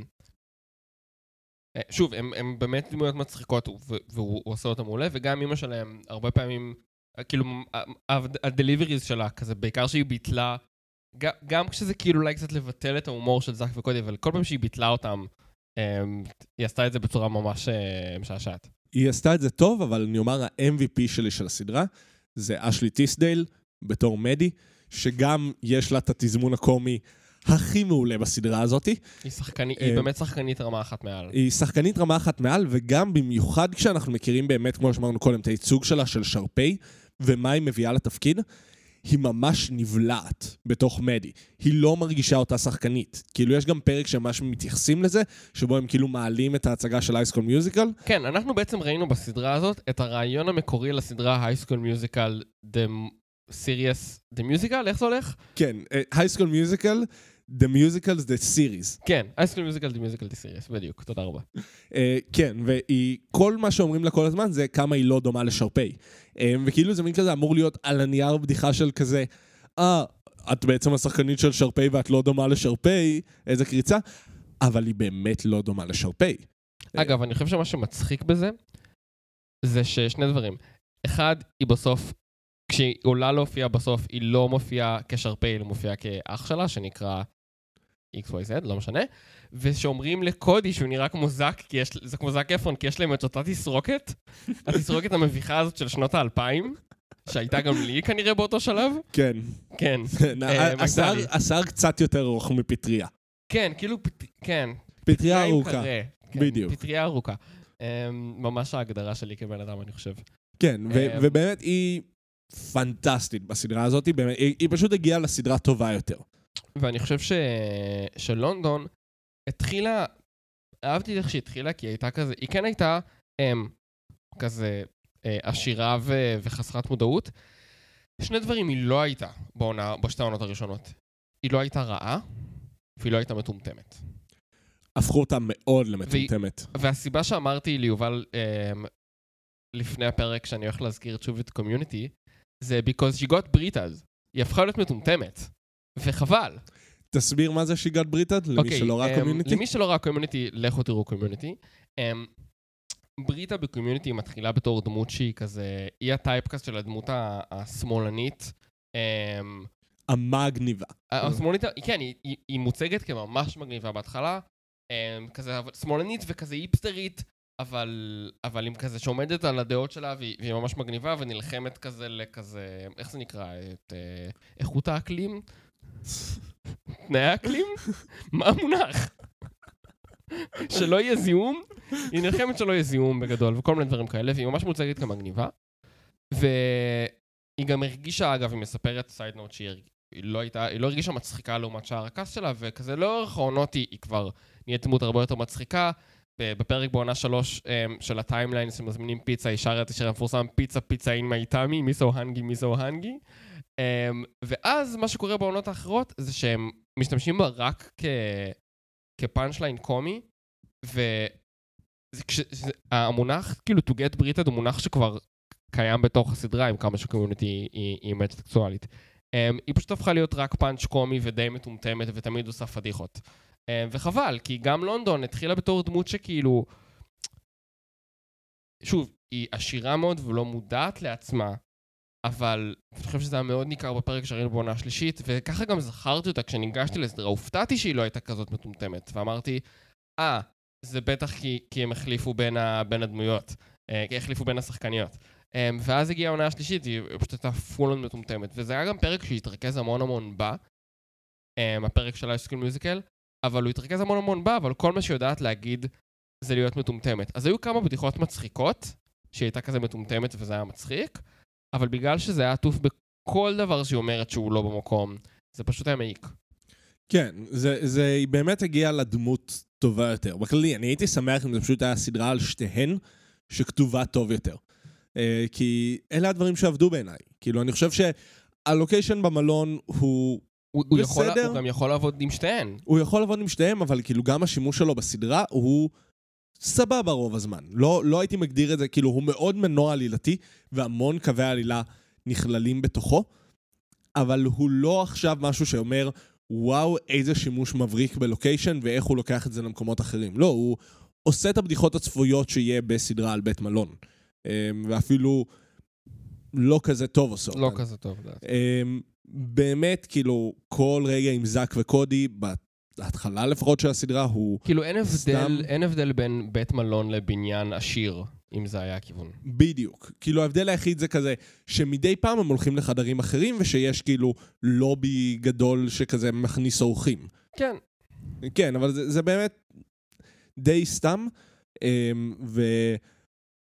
שוב, הם באמת דמויות מצחיקות, והוא עושה אותם מעולה, וגם אמא שלהם, הרבה פעמים, כאילו, הדליבריז שלה, כזה, בעיקר שהיא ביטלה, גם כשזה כאילו אולי קצת לבטל את ההומור של זק וקודי, אבל כל פעם שהיא ביטלה אותם, היא עשתה את זה בצורה ממש משעשעת. היא עשתה את זה טוב, אבל אני אומר, ה-MVP שלי של הסדרה, זה אשלי טיסדייל, בתור מדי, שגם יש לה את התזמון הקומי הכי מעולה בסדרה הזאת. היא באמת שחקנית רמה אחת מעל. היא שחקנית רמה אחת מעל, וגם במיוחד כשאנחנו מכירים באמת, כמו שאמרנו קודם, את הייצוג שלה של שרפי, ומה היא מביאה לתפקיד, היא ממש נבלעת בתוך מדי. היא לא מרגישה אותה שחקנית. כאילו יש גם פרק שממש מתייחסים לזה, שבו הם כאילו מעלים את ההצגה של הייסקול מיוזיקל. כן, אנחנו בעצם ראינו בסדרה הזאת את הרעיון המקורי לסדרה הייסקול מיוזיקל The Series, The Musical, איך זה הולך? כן, הייסקול מיוזיקל, The Musical the Series. כן, הייסקול מיוזיקל, The Musical, The Series, בדיוק, תודה רבה. כן, וכל מה שאומרים לה כל הזמן זה כמה היא לא דומה לשרפי. וכאילו זה מין כזה אמור להיות על הנייר בדיחה של כזה, את בעצם השחקנית של שרפי ואת לא דומה לשרפי, איזה קריצה, אבל היא באמת לא דומה לשרפי. אגב, אני חושב שמה שמצחיק בזה, זה ששני דברים. אחד, היא בסוף, כשהיא עולה להופיע בסוף, היא לא מופיעה כשרפי, היא מופיעה כאח שלה, שנקרא XYZ, לא משנה, ושאומרים לקודי שהוא נראה כמו זק, זה כמו זק אפרון, כי יש להם את אותה תסרוקת, התסרוקת המביכה הזאת של שנות ה-2000, שהייתה גם לי כנראה באותו שלב. כן. כן. השיער קצת יותר ארוך מפטריה. כן, כאילו, כן. פטריה ארוכה. בדיוק. פטריה ארוכה. ממש ההגדרה שלי כבן אדם, אני חושב. כן, ובאמת היא פנטסטית בסדרה הזאת, היא פשוט הגיעה לסדרה טובה יותר. ואני חושב שלונדון התחילה, אהבתי איך שהיא התחילה, כי היא הייתה כזה, היא כן הייתה כזה עשירה וחסרת מודעות. שני דברים היא לא הייתה בשתי העונות הראשונות. היא לא הייתה רעה, והיא לא הייתה מטומטמת. הפכו אותה מאוד למטומטמת. והסיבה שאמרתי ליובל לפני הפרק שאני הולך להזכיר את שוב את קומיוניטי, זה because she got Britas. היא הפכה להיות מטומטמת. וחבל. תסביר מה זה she got Britas למי שלא ראה קומיוניטי? למי שלא ראה קומיוניטי, לכו תראו קומיוניטי. בריטה בקומיוניטי מתחילה בתור דמות שהיא כזה, היא הטייפקאסט של הדמות השמאלנית. המגניבה. השמאלנית, כן, היא מוצגת כממש מגניבה בהתחלה. כזה שמאלנית וכזה היפסטרית, אבל עם כזה שעומדת על הדעות שלה, והיא ממש מגניבה ונלחמת כזה לכזה, איך זה נקרא? את איכות האקלים? תנאי האקלים? מה המונח? שלא יהיה זיהום? היא נלחמת שלא יהיה זיהום בגדול, וכל מיני דברים כאלה, והיא ממש מוצגת כמגניבה. והיא גם הרגישה, אגב, היא מספרת סייד נוט שהיא לא הרגישה מצחיקה לעומת שער הכס שלה, וכזה לאורך העונות היא כבר נהיית דמות הרבה יותר מצחיקה. בפרק בעונה 3 של הטיימליין, שמזמינים פיצה, היא שרה את השיר המפורסם, פיצה אין מייטמי, מיסו הנגי. ואז מה שקורה בעונות האחרות, זה שהם משתמשים בה רק כפאנצ'ליין קומי, והמונח, כאילו, to get Britain, הוא מונח שכבר קיים בתוך הסדרה, עם כמה שקומיוניטי היא מטקסטואלית. היא פשוט הפכה להיות רק פאנץ' קומי ודי מטומטמת, ותמיד עושה פדיחות. וחבל, כי גם לונדון התחילה בתור דמות שכאילו, שוב, היא עשירה מאוד ולא מודעת לעצמה, אבל אני חושב שזה היה מאוד ניכר בפרק שראינו בעונה השלישית, וככה גם זכרתי אותה כשניגשתי לסדרה, הופתעתי שהיא לא הייתה כזאת מטומטמת, ואמרתי, זה בטח כי הם החליפו בין הדמויות, החליפו בין השחקניות. ואז הגיעה העונה השלישית, היא פשוט הייתה פולן מטומטמת, וזה היה גם פרק שהתרכז המון בה, הפרק של הייסקול מיוזיקל, אבל הוא התרכז המון בה, אבל כל מה שיודעת להגיד זה להיות מטומטמת. אז היו כמה בדיחות מצחיקות, שהיא הייתה כזה מטומטמת וזה היה מצחיק, אבל בגלל שזה היה עטוף בכל דבר שהיא אומרת שהוא לא במקום, זה פשוט היה מעיק. כן, זה באמת הגיע לדמות טובה יותר. בכללי, אני הייתי שמח אם זה פשוט היה סדרה על שתיהן שכתובה טוב יותר. כי אלה הדברים שעבדו בעיניי. כאילו, אני חושב שהלוקיישן במלון הוא בסדר. הוא גם יכול לעבוד עם שתיהן. הוא יכול לעבוד עם שתיהן, אבל כאילו גם השימוש שלו בסדרה הוא סבבה רוב הזמן. לא הייתי מגדיר את זה, כאילו הוא מאוד מנוע עלילתי, והמון קווי העלילה נכללים בתוכו, אבל הוא לא עכשיו משהו שאומר, וואו, איזה שימוש מבריק בלוקיישן, ואיך הוא לוקח את זה למקומות אחרים. לא, הוא עושה את הבדיחות הצפויות שיהיה בסדרה על בית מלון. ואפילו לא כזה טוב עושה. לא כזה טוב, באמת, כאילו, כל רגע עם זק וקודי, בהתחלה לפחות של הסדרה, הוא כאילו אין הבדל בין בית מלון לבניין עשיר, אם זה היה הכיוון. בדיוק. כאילו, ההבדל היחיד זה כזה, שמדי פעם הם הולכים לחדרים אחרים, ושיש כאילו לובי גדול שכזה מכניס אורחים. כן. כן, אבל זה באמת די סתם,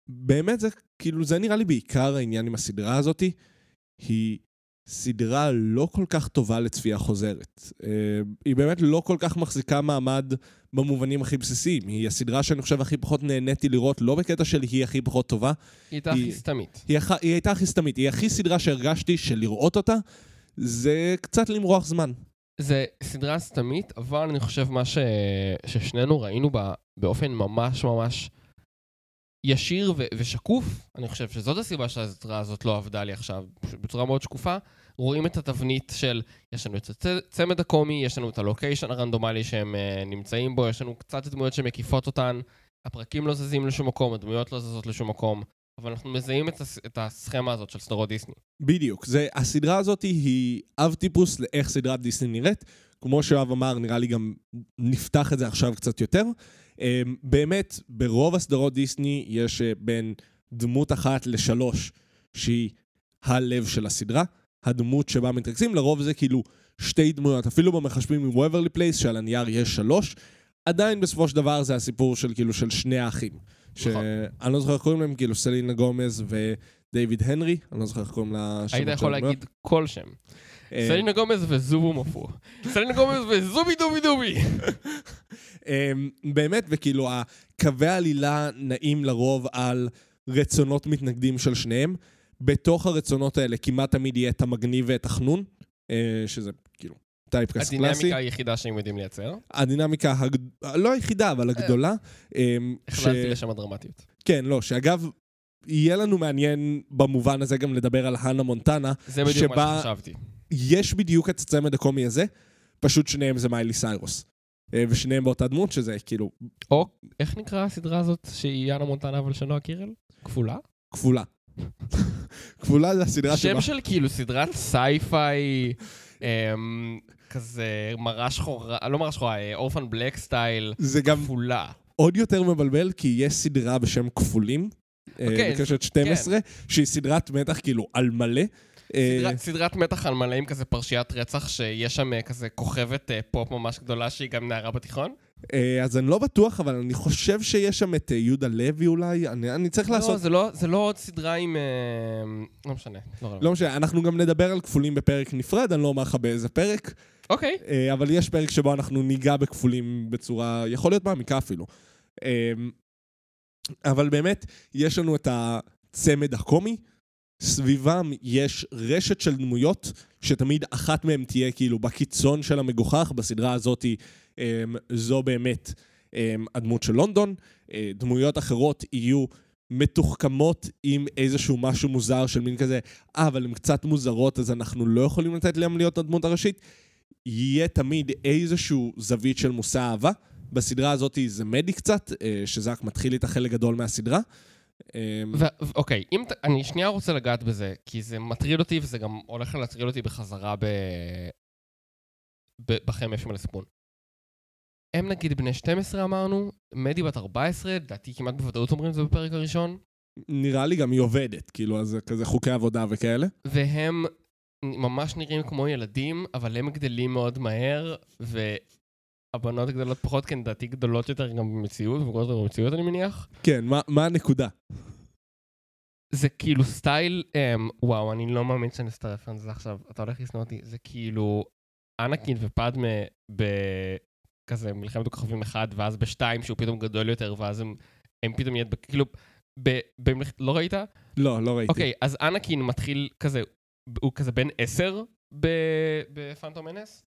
באמת זה, כאילו, זה נראה לי בעיקר העניין עם הסדרה הזאת, היא סדרה לא כל כך טובה לצפייה חוזרת. היא באמת לא כל כך מחזיקה מעמד במובנים הכי בסיסיים. היא הסדרה שאני חושב הכי פחות נהניתי לראות, לא בקטע של היא הכי פחות טובה. היא הייתה הכי סתמית. היא הייתה הכי סתמית. היא הכי סדרה שהרגשתי שלראות אותה, זה קצת למרוח זמן. זה סדרה סתמית, אבל אני חושב מה ששנינו ראינו בה באופן ממש ממש ישיר ושקוף, אני חושב שזאת הסיבה שהסדרה הזאת לא עבדה לי עכשיו, בצורה מאוד שקופה. רואים את התבנית של, יש לנו את הצמד הקומי, יש לנו את הלוקיישן הרנדומלי שהם נמצאים בו, יש לנו קצת דמויות שמקיפות אותן, הפרקים לא זזים לשום מקום, הדמויות לא זזות לשום מקום, אבל אנחנו מזהים את הסכמה הזאת של סדרות דיסני. בדיוק. הסדרה הזאת היא אב טיפוס לאיך סדרת דיסני נראית. כמו שאוהב אמר, נראה לי גם נפתח את זה עכשיו קצת יותר. באמת, ברוב הסדרות דיסני יש בין דמות אחת לשלוש, שהיא הלב של הסדרה. הדמות שבה מתרכזים, לרוב זה כאילו שתי דמויות. אפילו במחשבים עם וברלי פלייס, שעל הנייר יש 3, עדיין בסופו של דבר זה הסיפור של כאילו של שני האחים. שאני לא זוכר איך קוראים להם, כאילו סלינה גומז ודייוויד הנרי, אני לא זוכר איך קוראים לה... היית יכול להגיד כל שם. סלינה גומז וזובו מפו. סלינה גומז וזובי דובי דובי. באמת, וכאילו הקווי העלילה נעים לרוב על רצונות מתנגדים של שניהם. בתוך הרצונות האלה כמעט תמיד יהיה את המגניב ואת החנון, שזה כאילו טייפקאסט קלאסי. הדינמיקה היחידה שהם יודעים לייצר. הדינמיקה, לא היחידה, אבל הגדולה. הכללתי לשם הדרמטיות. כן, לא, שאגב, יהיה לנו מעניין במובן הזה גם לדבר על הנה מונטנה. זה בדיוק מה שחשבתי. יש בדיוק את הצמד הקומי הזה, פשוט שניהם זה מיילי סיירוס. ושניהם באותה דמות, שזה כאילו... או, איך נקרא הסדרה הזאת שהיא הנה מונטנה אבל שנועה קירל? כפולה? כפולה. כפולה זה הסדרה שם של כאילו סדרת סייפיי, כזה מראה שחורה, לא מראה שחורה, אורפן בלק סטייל, כפולה. עוד יותר מבלבל, כי יש סדרה בשם כפולים, בקשת 12, שהיא סדרת מתח כאילו על מלא. סדרת מתח על מלא עם כזה פרשיית רצח, שיש שם כזה כוכבת פופ ממש גדולה, שהיא גם נערה בתיכון. אז אני לא בטוח, אבל אני חושב שיש שם את יהודה לוי אולי, אני צריך לעשות... זה לא עוד סדרה עם... לא משנה. לא משנה, אנחנו גם נדבר על כפולים בפרק נפרד, אני לא אומר לך באיזה פרק. אוקיי. אבל יש פרק שבו אנחנו ניגע בכפולים בצורה, יכול להיות מעמיקה אפילו. אבל באמת, יש לנו את הצמד הקומי, סביבם יש רשת של דמויות, שתמיד אחת מהן תהיה כאילו בקיצון של המגוחך, בסדרה הזאת זו באמת הדמות של לונדון, דמויות אחרות יהיו מתוחכמות עם איזשהו משהו מוזר של מין כזה, אבל הן קצת מוזרות, אז אנחנו לא יכולים לתת להם להיות הדמות הראשית, יהיה תמיד איזשהו זווית של מושא אהבה, בסדרה הזאת זה מדי קצת, שזה רק מתחיל איתה חלק גדול מהסדרה. אוקיי, אני שנייה רוצה לגעת בזה, כי זה מטריד אותי וזה גם הולך להטריד אותי בחזרה בכם יפים על הסיפון. הם נגיד בני 12 אמרנו, מדי בת 14, דעתי כמעט בוודאות אומרים זה בפרק הראשון. נראה לי גם היא עובדת, כאילו, אז כזה חוקי עבודה וכאלה. והם ממש נראים כמו ילדים, אבל הם גדלים מאוד מהר, והבנות גדלות פחות, כן, דעתי גדולות יותר גם במציאות, וגדולות יותר במציאות אני מניח. כן, מה הנקודה? זה כאילו סטייל, וואו, אני לא מאמין שאני אעשה את הרפרנס הזה עכשיו, אתה הולך לשנוא אותי, זה כאילו אנקין ופדמה כזה מלחמת הכוכבים 1, ואז ב2 שהוא פתאום גדול יותר, ואז הם פתאום נהיית, כאילו, לא ראית? לא ראיתי. אוקיי, אז אנקין מתחיל כזה, הוא כזה בן 10 בפנטום מנס,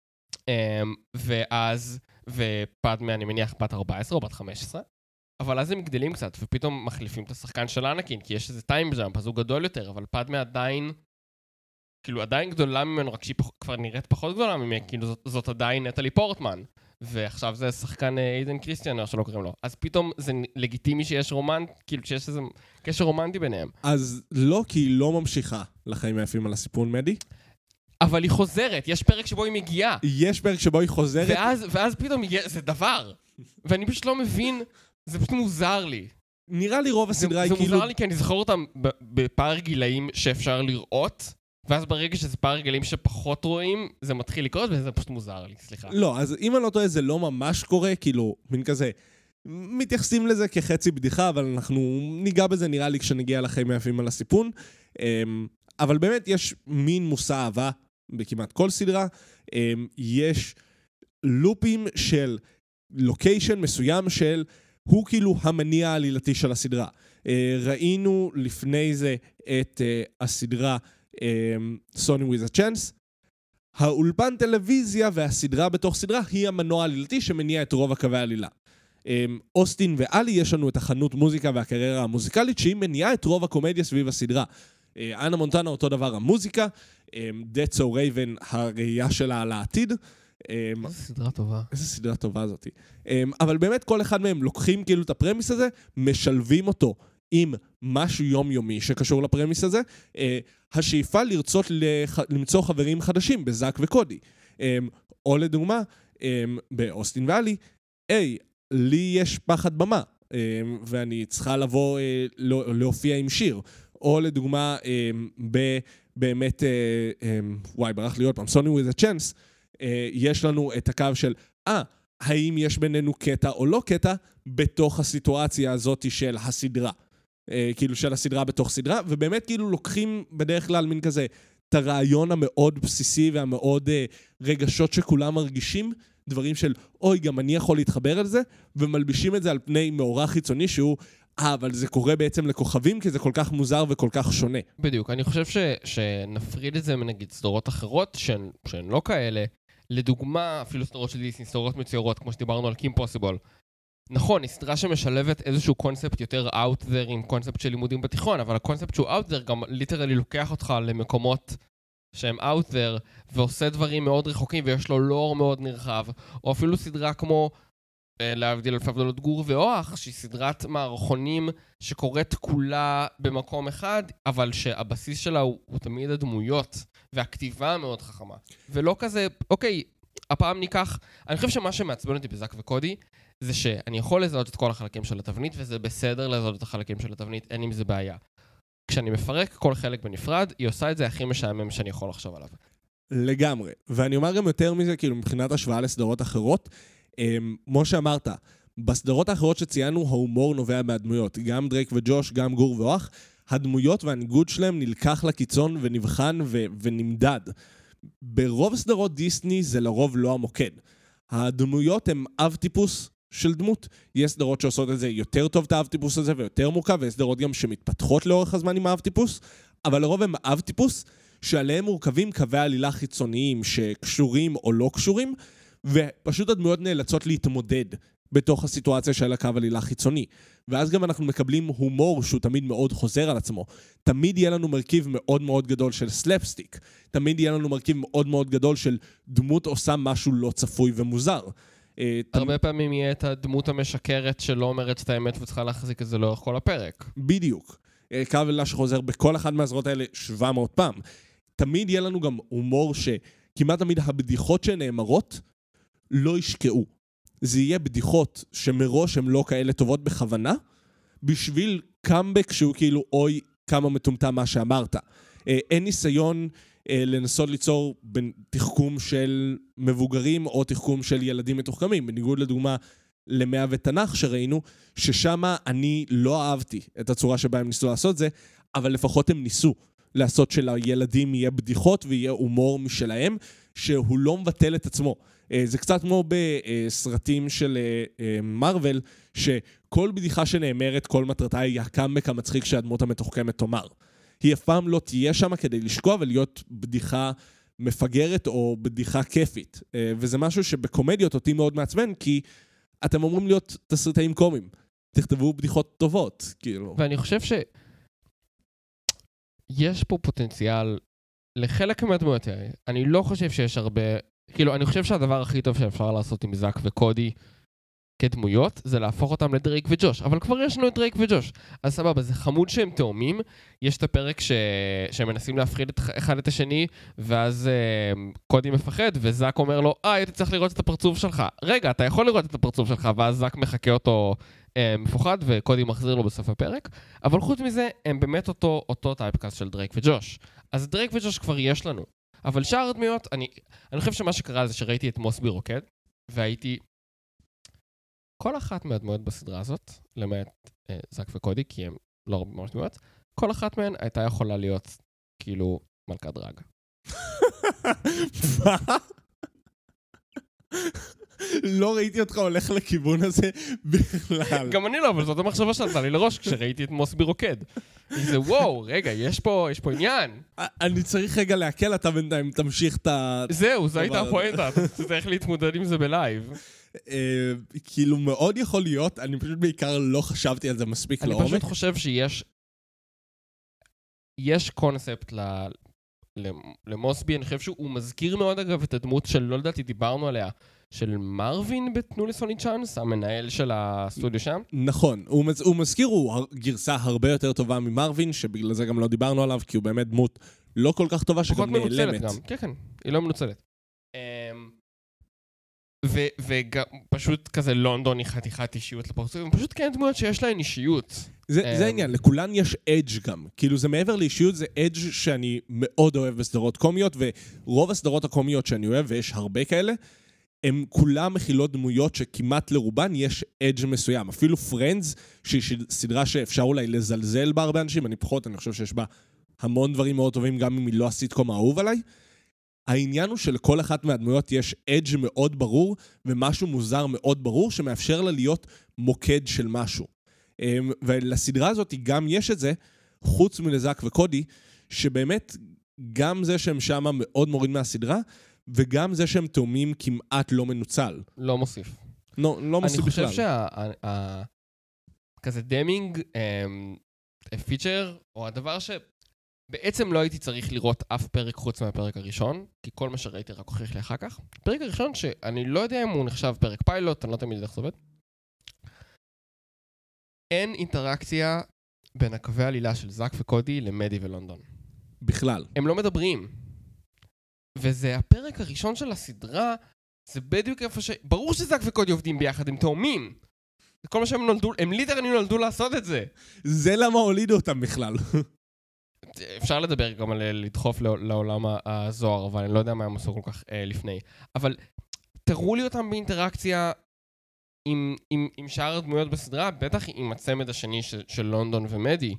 ופדמה אני מניח בת 14 או בת 15, אבל אז הם גדלים קצת, ופתאום מחליפים את השחקן של אנקין, כי יש איזה טיים ג'אמפ, אז הוא גדול יותר, אבל פדמה עדיין, כאילו עדיין גדולה ממנו, רק שהיא כבר נראית פחות גדולה ממנו, כאילו זאת עדיין נטלי פורטמן, ועכשיו זה שחקן איידן קריסטיאן, או שלא קוראים לו. אז פתאום זה לגיטימי שיש כאילו שיש איזה קשר רומנטי ביניהם. אז לא, כי היא לא ממשיכה לחיים היפים על הסיפון מדי. אבל היא חוזרת, יש פרק שבו היא מגיעה. יש פרק שבו היא חוזרת. ואז פתאום זה דבר. ואני פשוט לא מבין, זה פשוט מוזר לי. נראה לי רוב הסדרה היא כאילו... זה מוזר לי כי אני זוכר אותם בפער גילאים שאפשר לראות, ואז ברגע שזה פער גילאים שפחות רואים, זה מתחיל לקרות, וזה פשוט מוזר לי, סליחה. לא, אז אם אני לא טועה, זה לא ממש קורה, כאילו, מין כזה, מתייחסים לזה כחצי בדיחה, אבל אנחנו ניגע בזה נראה לי כשנגיע לחיים היפים על הסיפון. אבל באמת יש מין מושא אהבה בכמעט כל סדרה. יש לופים של לוקיישן מסוים של הוא כאילו המניע העלילתי של הסדרה. ראינו לפני זה את הסדרה Sony with a Chance. האולפן טלוויזיה והסדרה בתוך סדרה היא המנוע העלילתי שמניע את רוב הקווי העלילה. אוסטין ואלי יש לנו את החנות מוזיקה והקריירה המוזיקלית שהיא מניעה את רוב הקומדיה סביב הסדרה. אנה מונטנה אותו דבר המוזיקה, That's So Raven הראייה שלה על העתיד. איזה סדרה טובה. איזה סדרה טובה זאת. אבל באמת כל אחד מהם לוקחים כאילו את הפרמיס הזה, משלבים אותו עם משהו יומיומי שקשור לפרמיס הזה, השאיפה לרצות למצוא חברים חדשים בזאק וקודי. או לדוגמה, באוסטין ואלי, לי יש פחד במה, ואני צריכה לבוא להופיע עם שיר. או לדוגמה, באמת, ברח לי עוד פעם, Sony with a Chance, יש לנו את הקו של, האם יש בינינו קטע או לא קטע, בתוך הסיטואציה הזאת של הסדרה. כאילו של הסדרה בתוך סדרה, ובאמת כאילו לוקחים בדרך כלל מין כזה, את הרעיון המאוד בסיסי והמאוד רגשות שכולם מרגישים, דברים של, אוי, גם אני יכול להתחבר על זה, ומלבישים את זה על פני מאורע חיצוני שהוא, אבל זה קורה בעצם לכוכבים, כי זה כל כך מוזר וכל כך שונה. בדיוק, אני חושב שנפריד את זה מנגיד סדרות אחרות, שהן לא כאלה, לדוגמה, אפילו סדרות של דיסני, סדרות מצוירות, כמו שדיברנו על קים פוסיבול. נכון, היא סדרה שמשלבת איזשהו קונספט יותר out there עם קונספט של לימודים בתיכון, אבל הקונספט שהוא out there גם ליטרלי לוקח אותך למקומות שהם out there, ועושה דברים מאוד רחוקים, ויש לו לור מאוד נרחב. או אפילו סדרה כמו, להבדיל אלף הבדלות גור ואוח, שהיא סדרת מערכונים שקורית כולה במקום אחד, אבל שהבסיס שלה הוא תמיד הדמויות, והכתיבה מאוד חכמה. ולא כזה, אוקיי, הפעם ניקח, אני חושב שמה שמעצבן אותי בזאק וקודי, זה שאני יכול לזהות את כל החלקים של התבנית, וזה בסדר לזהות את החלקים של התבנית, אין עם זה בעיה. כשאני מפרק כל חלק בנפרד, היא עושה את זה הכי משעמם שאני יכול לחשוב עליו. לגמרי. ואני אומר גם יותר מזה, כאילו מבחינת השוואה לסדרות אחרות, כמו שאמרת, בסדרות האחרות שציינו, ההומור נובע מהדמויות. גם דרייק וג'וש, גם גור ואוח, הדמויות והניגוד שלהם נלקח לקיצון ונבחן ונמדד. ברוב סדרות דיסני זה לרוב לא המוקד. הדמויות הם אב טיפוס של דמות. יש סדרות שעושות את זה יותר טוב את האב טיפוס הזה ויותר מורכב, ויש סדרות גם שמתפתחות לאורך הזמן עם האב טיפוס, אבל לרוב הם אב טיפוס שעליהם מורכבים קווי עלילה חיצוניים שקשורים או לא קשורים, ופשוט הדמויות נאלצות להתמודד בתוך הסיטואציה של הקו עלילה חיצוני. ואז גם אנחנו מקבלים הומור שהוא תמיד מאוד חוזר על עצמו. תמיד יהיה לנו מרכיב מאוד מאוד גדול של סלפסטיק. תמיד יהיה לנו מרכיב מאוד מאוד גדול של דמות עושה משהו לא צפוי ומוזר. הרבה פעמים יהיה את הדמות המשקרת שלא אומרת את האמת וצריכה להחזיק את זה לאורך כל הפרק. בדיוק. קו עלילה שחוזר בכל אחד מהסדרות האלה 700 פעם. תמיד יהיה לנו גם הומור שכמעט תמיד הבדיחות שנאמרות לא ישקעו. זה יהיה בדיחות שמראש הן לא כאלה טובות בכוונה, בשביל קאמבק שהוא כאילו, אוי, כמה מטומטם מה שאמרת. אין ניסיון לנסות ליצור בין תחכום של מבוגרים או תחכום של ילדים מתוחכמים. בניגוד לדוגמה למאה ותנ"ך שראינו, ששם אני לא אהבתי את הצורה שבה הם ניסו לעשות זה, אבל לפחות הם ניסו לעשות שלילדים יהיה בדיחות ויהיה הומור משלהם, שהוא לא מבטל את עצמו. זה קצת כמו בסרטים של מרוול, שכל בדיחה שנאמרת, כל מטרתה היא הקאמבק המצחיק שהדמות המתוחכמת תאמר. היא אף פעם לא תהיה שם כדי לשקוע ולהיות בדיחה מפגרת או בדיחה כיפית. וזה משהו שבקומדיות אותי מאוד מעצבן, כי אתם אומרים להיות תסריטאים קומיים. תכתבו בדיחות טובות, כאילו. ואני חושב יש פה פוטנציאל לחלק מהדמויות האלה. אני לא חושב שיש הרבה, כאילו, אני חושב שהדבר הכי טוב שאפשר לעשות עם זאק וקודי כדמויות, זה להפוך אותם לדרייק וג'וש. אבל כבר יש לנו את דרייק וג'וש. אז סבבה, זה חמוד שהם תאומים. יש את הפרק שהם מנסים להפחיד אחד את השני, ואז קודי מפחד, וזאק אומר לו, הייתי צריך לראות את הפרצוף שלך. רגע, אתה יכול לראות את הפרצוף שלך, ואז זאק מחכה אותו מפוחד, וקודי מחזיר לו בסוף הפרק. אבל חוץ מזה, הם באמת אותו טייפקאסט של דרייק וג'וש. אז דרייק וג'וש כבר יש לנו. אבל שאר הדמויות, אני חושב שמה שקרה זה שראיתי את מוסבי רוקד, והייתי כל אחת מהדמויות בסדרה הזאת, למעט זק וקודי, כי הם לא ממש דמויות, כל אחת מהן הייתה יכולה להיות כאילו מלכת דרג. מה? לא ראיתי אותך הולך לכיוון הזה בכלל. גם אני לא, אבל זאת המחשבה שעלתה לי לראש כשראיתי את מוסבי רוקד. זה וואו, רגע, יש פה עניין. אני צריך רגע להקל, אתה בינתיים תמשיך את ה... זהו, זו הייתה הפואנטה, אתה צריך להתמודד עם זה בלייב. כאילו מאוד יכול להיות, אני פשוט בעיקר לא חשבתי על זה מספיק לעומק. אני פשוט חושב יש קונספט למוסבי, אני חושב שהוא מזכיר מאוד אגב את הדמות של, לא לדעתי, דיברנו עליה, של מרווין בתנו לסוני צ'אנס, המנהל של הסטודיו שם. נכון, הוא מזכיר, הוא גרסה הרבה יותר טובה ממרווין, שבגלל זה גם לא דיברנו עליו, כי הוא באמת דמות לא כל כך טובה, שגם נעלמת. כן, כן, היא לא מנוצלת. ופשוט כזה לונדון היא חתיכת אישיות לפרצוף, הם פשוט כן דמויות שיש להן אישיות. זה העניין, לכולן יש אדג' גם. כאילו זה מעבר לאישיות, זה אדג' שאני מאוד אוהב בסדרות קומיות, ורוב הסדרות הקומיות שאני אוהב, ויש הרבה כאלה, הם כולם מכילות דמויות שכמעט לרובן יש אדג' מסוים. אפילו פרנדס, שהיא סדרה שאפשר אולי לזלזל בה הרבה אנשים, אני חושב שיש בה המון דברים מאוד טובים, גם אם היא לא הסיטקום האהוב עליי. העניין הוא שלכל אחת מהדמויות יש אדג' מאוד ברור, ומשהו מוזר מאוד ברור, שמאפשר לה להיות מוקד של משהו. ולסדרה הזאת גם יש את זה, חוץ מלזק וקודי, שבאמת גם זה שהם שם מאוד מוריד מהסדרה, וגם זה שהם תאומים כמעט לא מנוצל. לא מוסיף. לא מוסיף בכלל. אני חושב כזה דמינג, פיצ'ר, או הדבר שבעצם לא הייתי צריך לראות אף פרק חוץ מהפרק הראשון, כי כל מה שראיתי רק הוכיח לי אחר כך. פרק הראשון שאני לא יודע אם הוא נחשב פרק פיילוט, אני לא תמיד יודע איך זה עובד. אין אינטראקציה בין הקווי העלילה של זק וקודי למדי ולונדון. בכלל. הם לא מדברים. וזה הפרק הראשון של הסדרה, זה בדיוק איפה ברור שזק וקודי עובדים ביחד, הם תאומים. זה כל מה שהם נולדו, הם ליטרלי נולדו לעשות את זה. זה למה הולידו אותם בכלל. אפשר לדבר גם על לדחוף לעולם הזוהר, אבל אני לא יודע מה הם עשו כל כך לפני. אבל תראו לי אותם באינטראקציה עם שאר הדמויות בסדרה, בטח עם הצמד השני של לונדון ומדי.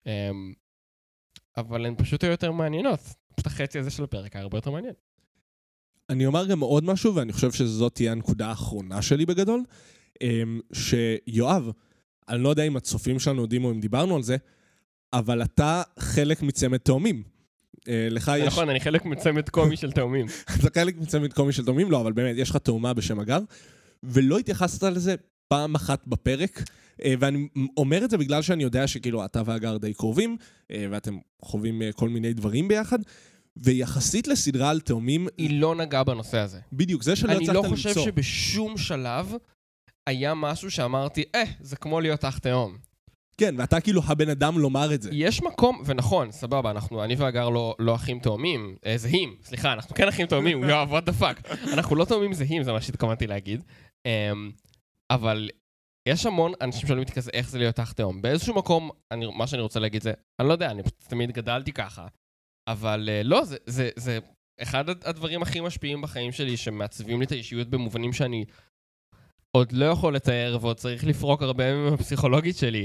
אבל הן פשוט יותר מעניינות. פשוט החצי הזה של הפרק היה הרבה יותר מעניין. אני אומר גם עוד משהו, ואני חושב שזאת תהיה הנקודה האחרונה שלי בגדול, שיואב, אני לא יודע אם הצופים שלנו יודעים או אם דיברנו על זה, אבל אתה חלק מצמד תאומים. נכון, אני חלק מצמד קומי של תאומים. אתה חלק מצמד קומי של תאומים? לא, אבל באמת, יש לך תאומה בשם אגר, ולא התייחסת לזה פעם אחת בפרק, ואני אומר את זה בגלל שאני יודע שכאילו אתה ואגר די קרובים, ואתם חווים כל מיני דברים ביחד, ויחסית לסדרה על תאומים... היא לא נגעה בנושא הזה. בדיוק, זה שלא הצלחת למצוא. אני לא חושב שבשום שלב היה משהו שאמרתי, זה כמו להיות אח תאום. כן, ואתה כאילו הבן אדם לומר את זה. יש מקום, ונכון, סבבה, אני ואגר לא אחים תאומים, זהים, סליחה, אנחנו כן אחים תאומים, יואב, what the fuck. אנחנו לא תאומים זהים, זה מה שהתכוונתי להגיד. אבל יש המון אנשים שואלים אותי כזה, איך זה להיות אח תאום. באיזשהו מקום, מה שאני רוצה להגיד זה, אני לא יודע, אני תמיד גדלתי ככה, אבל לא, זה אחד הדברים הכי משפיעים בחיים שלי, שמעצבים לי את האישיות במובנים שאני עוד לא יכול לתאר, ועוד צריך לפרוק הרבה מהפסיכולוגית שלי.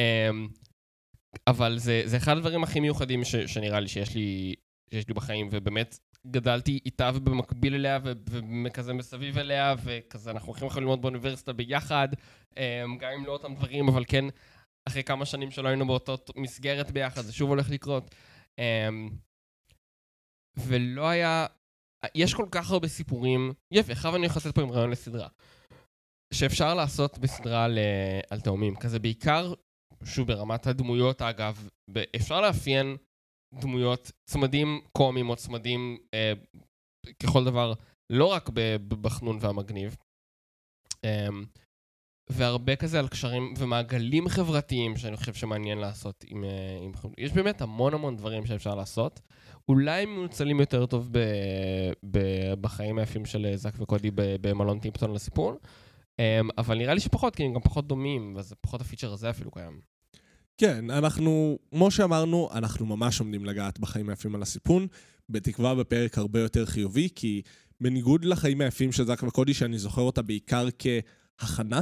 אבל זה אחד הדברים הכי מיוחדים שנראה לי שיש לי בחיים, ובאמת גדלתי איתה ובמקביל אליה, וכזה מסביב אליה, וכזה אנחנו הולכים ללמוד באוניברסיטה ביחד, גם אם לא אותם דברים, אבל כן, אחרי כמה שנים שלא היינו באותו מסגרת ביחד, זה שוב הולך לקרות. ולא היה... יש כל כך הרבה סיפורים, יפה, עכשיו אני הולך לצאת פה עם רעיון לסדרה, שאפשר לעשות בסדרה על תאומים, כזה בעיקר, שוב ברמת הדמויות אגב, אפשר לאפיין דמויות, צמדים קומיים או צמדים ככל דבר, לא רק בחנון והמגניב, והרבה כזה על קשרים ומעגלים חברתיים שאני חושב שמעניין לעשות עם יש באמת המון דברים שאפשר לעשות, אולי הם מנוצלים יותר טוב בחיים היפים של זק וקודי במלון טימפטון לסיפור, אבל נראה לי שפחות, כי הם גם פחות דומים, ואז פחות הפיצ'ר הזה אפילו קיים. כן, אנחנו, כמו שאמרנו, אנחנו ממש עומדים לגעת בחיים היפים על הסיפון, בתקווה בפרק הרבה יותר חיובי, כי בניגוד לחיים היפים של זק וקודי, שאני זוכר אותה בעיקר כהכנה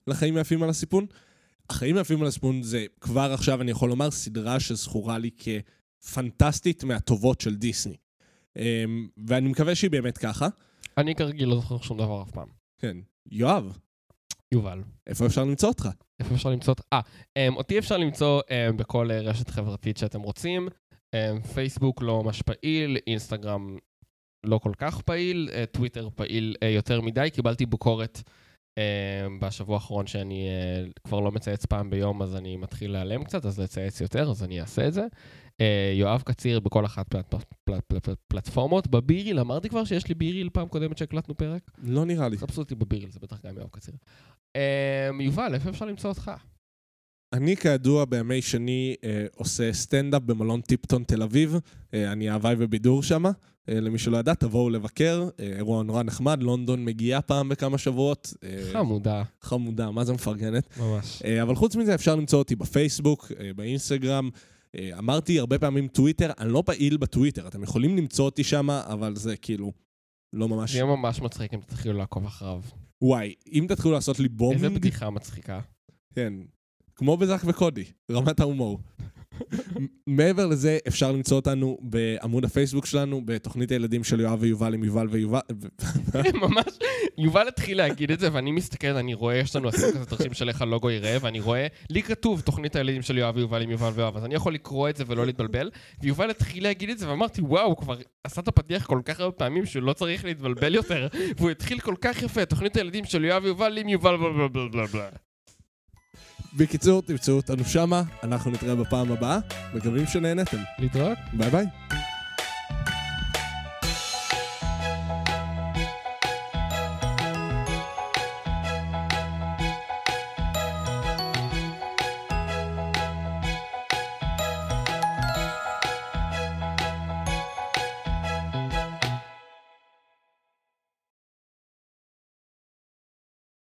לחיים היפים על הסיפון. החיים היפים על הסיפון זה כבר עכשיו, אני יכול לומר, סדרה שזכורה לי כפנטסטית מהטובות של דיסני. ואני מקווה שהיא באמת ככה. אני כרגיל לא זוכר שום דבר אף פעם. כן. יואב. יובל. איפה אפשר למצוא אותך? איפה אפשר למצוא? אותי אפשר למצוא בכל רשת חברתית שאתם רוצים. פייסבוק לא ממש פעיל, אינסטגרם לא כל כך פעיל, טוויטר פעיל יותר מדי. קיבלתי ביקורת בשבוע האחרון שאני כבר לא מצייץ פעם ביום, אז אני מתחיל להיעלם קצת, אז לצייץ יותר, אז אני אעשה את זה. יואב קציר בכל אחת פלטפורמות. בביריל, אמרתי כבר שיש לי ביריל פעם קודמת שהקלטנו פרק? לא נראה לי. חפשו אותי בביריל, זה בטח גם יואב קציר. יובל, איפה אפשר למצוא אותך? אני כידוע בימי שני עושה סטנדאפ במלון טיפטון תל אביב. אני אהבי ובידור שמה. למי שלא ידע, תבואו לבקר. אירוע נורא נחמד, לונדון מגיעה פעם בכמה שבועות. חמודה. חמודה, מה זה מפרגנת? ממש. אבל חוץ מזה אפשר למצוא אותי בפייסבוק, באינסטגרם. אמרתי הרבה פעמים טוויטר, אני לא פעיל בטוויטר. אתם יכולים למצוא אותי שמה, אבל זה כאילו לא ממש... זה יהיה ממש מצחיק אם תתחילו לעקוב אחריו. וואי, אם תתחילו לעשות לי בומינג... איזה בדיחה מצחיקה. כן, כמו בזק וקודי, רמת ההומור. מעבר לזה, אפשר למצוא אותנו בעמוד הפייסבוק שלנו, בתוכנית הילדים של יואב ויובל עם יובל ויובל. ממש, יובל התחיל להגיד את זה, ואני מסתכל, אני רואה, יש לנו עשינו כזה תרשים של איך הלוגו יראה, ואני רואה, לי כתוב תוכנית הילדים של יואב ויובל עם יובל ויובל, אז אני יכול לקרוא את זה ולא להתבלבל, ויובל התחיל להגיד את זה, ואמרתי, וואו, הוא כבר עשה את הפתיח כל כך הרבה פעמים, שהוא לא צריך להתבלבל יותר, והוא התחיל כל כך יפה, תוכנית הילדים של יואב ויובל עם יובל בלבלבלבלבל. בקיצור, תמצאו אותנו שמה, אנחנו נתראה בפעם הבאה, מקווים שנהנתם. להתראות. ביי ביי.